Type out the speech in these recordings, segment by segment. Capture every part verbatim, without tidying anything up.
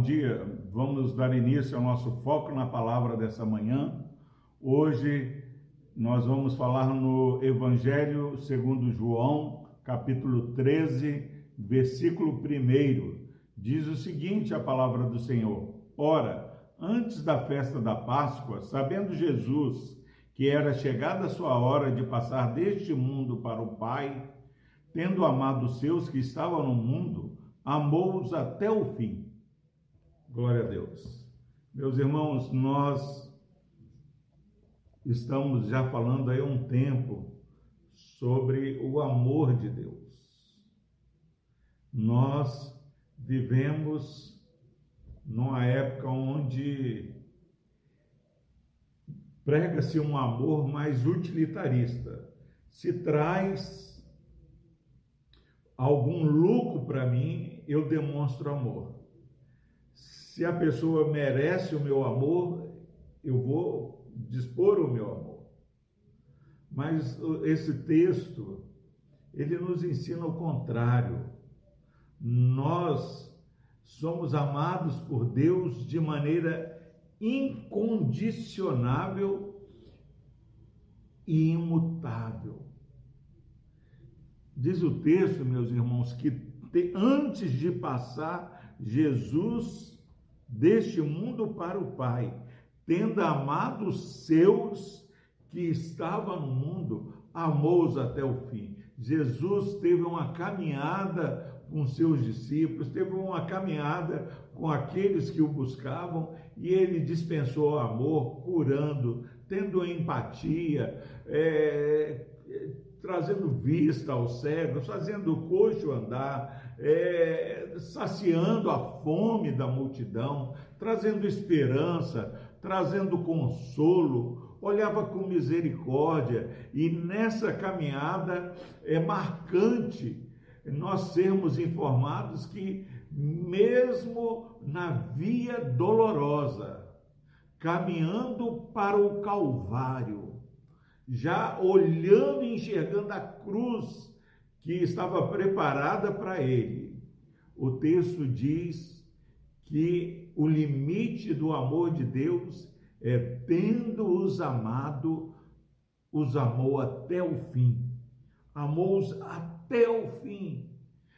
dia. Vamos dar início ao nosso foco na palavra dessa manhã. Hoje nós vamos falar no Evangelho segundo João, capítulo treze, versículo primeiro. Diz o seguinte a palavra do Senhor: Ora, antes da festa da Páscoa, sabendo Jesus que era chegada a sua hora de passar deste mundo para o Pai, tendo amado os seus que estavam no mundo, amou-os até o fim. Glória a Deus. Meus irmãos, nós estamos já falando aí há um tempo sobre o amor de Deus. Nós vivemos numa época onde prega-se um amor mais utilitarista. Se traz algum lucro para mim, eu demonstro amor. Se a pessoa merece o meu amor, eu vou dispor o meu amor. Mas esse texto, ele nos ensina o contrário. Nós somos amados por Deus de maneira incondicionável e imutável. Diz o texto, meus irmãos, que antes de passar Jesus deste mundo para o Pai, tendo amado os seus que estavam no mundo, amou-os até o fim. Jesus teve uma caminhada com seus discípulos, teve uma caminhada com aqueles que o buscavam, e ele dispensou amor, curando, tendo empatia, é, trazendo vista aos cegos, fazendo o coxo andar, é, saciando a fome da multidão, trazendo esperança, trazendo consolo, olhava com misericórdia. E nessa caminhada é marcante nós sermos informados que mesmo na via dolorosa, caminhando para o Calvário, já olhando e enxergando a cruz que estava preparada para ele, o texto diz que o limite do amor de Deus é, tendo-os amado, os amou até o fim. Amou-os até o fim.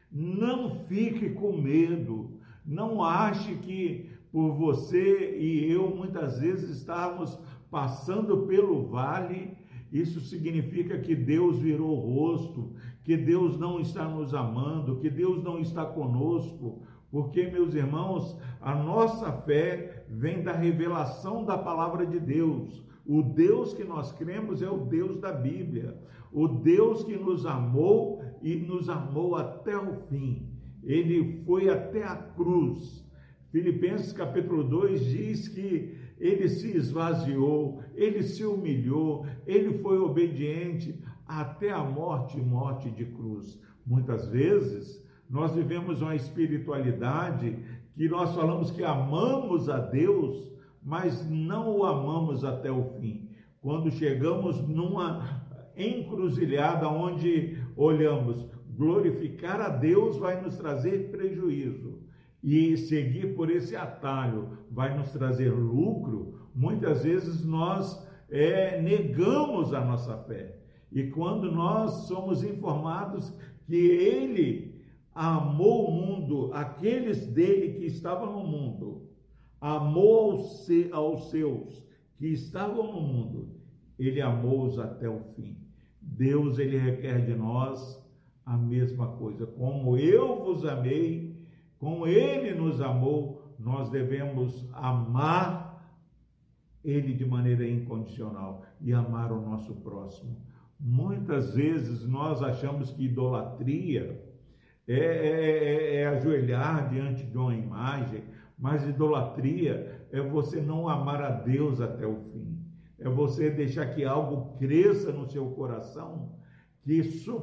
Não fique com medo. Não ache que por você e eu muitas vezes estarmos passando pelo vale, isso significa que Deus virou o rosto, que Deus não está nos amando, que Deus não está conosco. Porque, meus irmãos, a nossa fé vem da revelação da palavra de Deus. O Deus que nós cremos é o Deus da Bíblia. O Deus que nos amou e nos amou até o fim. Ele foi até a cruz. Filipenses capítulo dois diz que ele se esvaziou, ele se humilhou, ele foi obediente até a morte, morte de cruz. Muitas vezes nós vivemos uma espiritualidade que nós falamos que amamos a Deus, mas não o amamos até o fim. Quando chegamos numa encruzilhada onde olhamos, glorificar a Deus vai nos trazer prejuízo, e seguir por esse atalho vai nos trazer lucro, muitas vezes nós é, negamos a nossa fé. E quando nós somos informados que Ele amou o mundo, aqueles dele que estavam no mundo, amou aos, aos seus que estavam no mundo, Ele amou-os até o fim. Deus, Ele requer de nós a mesma coisa. Como eu vos amei, como Ele nos amou, nós devemos amar Ele de maneira incondicional e amar o nosso próximo. Muitas vezes nós achamos que idolatria é, é, é ajoelhar diante de uma imagem, mas idolatria é você não amar a Deus até o fim. É você deixar que algo cresça no seu coração, que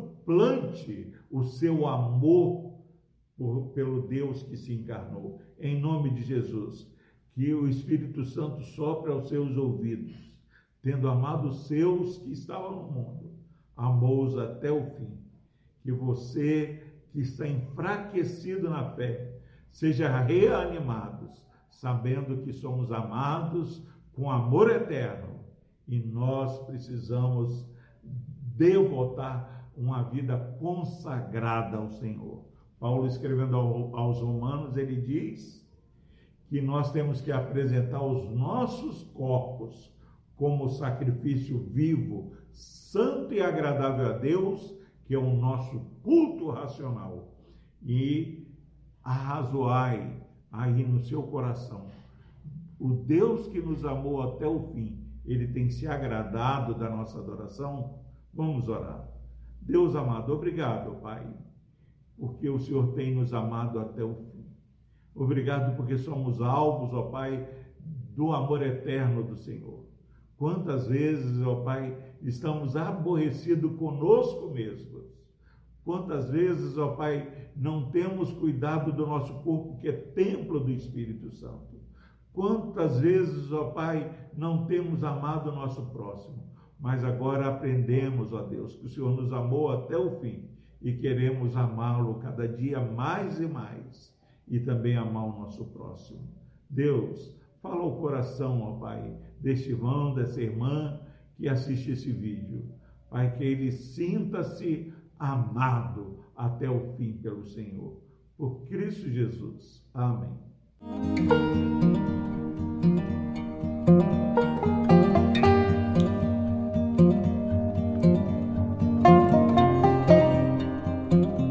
suplante o seu amor por, pelo Deus que se encarnou. Em nome de Jesus, que o Espírito Santo sopre aos seus ouvidos, tendo amado os seus que estavam no mundo, amou-os até o fim. Que você que está enfraquecido na fé, sejam reanimados, sabendo que somos amados com amor eterno e nós precisamos devotar uma vida consagrada ao Senhor. Paulo, escrevendo aos Romanos, ele diz que nós temos que apresentar os nossos corpos como sacrifício vivo, santo e agradável a Deus, que é o nosso culto racional. E arrazoai aí no seu coração. O Deus que nos amou até o fim, ele tem se agradado da nossa adoração? Vamos orar. Deus amado, obrigado, Pai, porque o Senhor tem nos amado até o fim. Obrigado porque somos alvos, ó Pai, do amor eterno do Senhor. Quantas vezes, ó Pai, estamos aborrecidos conosco mesmos. Quantas vezes, ó Pai, não temos cuidado do nosso corpo, que é templo do Espírito Santo. Quantas vezes, ó Pai, não temos amado o nosso próximo. Mas agora aprendemos, ó Deus, que o Senhor nos amou até o fim e queremos amá-lo cada dia mais e mais e também amar o nosso próximo. Deus, fala ao coração, ó Pai, deste irmão, dessa irmã que assiste esse vídeo. Pai, que ele sinta-se amado até o fim pelo Senhor. Por Cristo Jesus. Amém.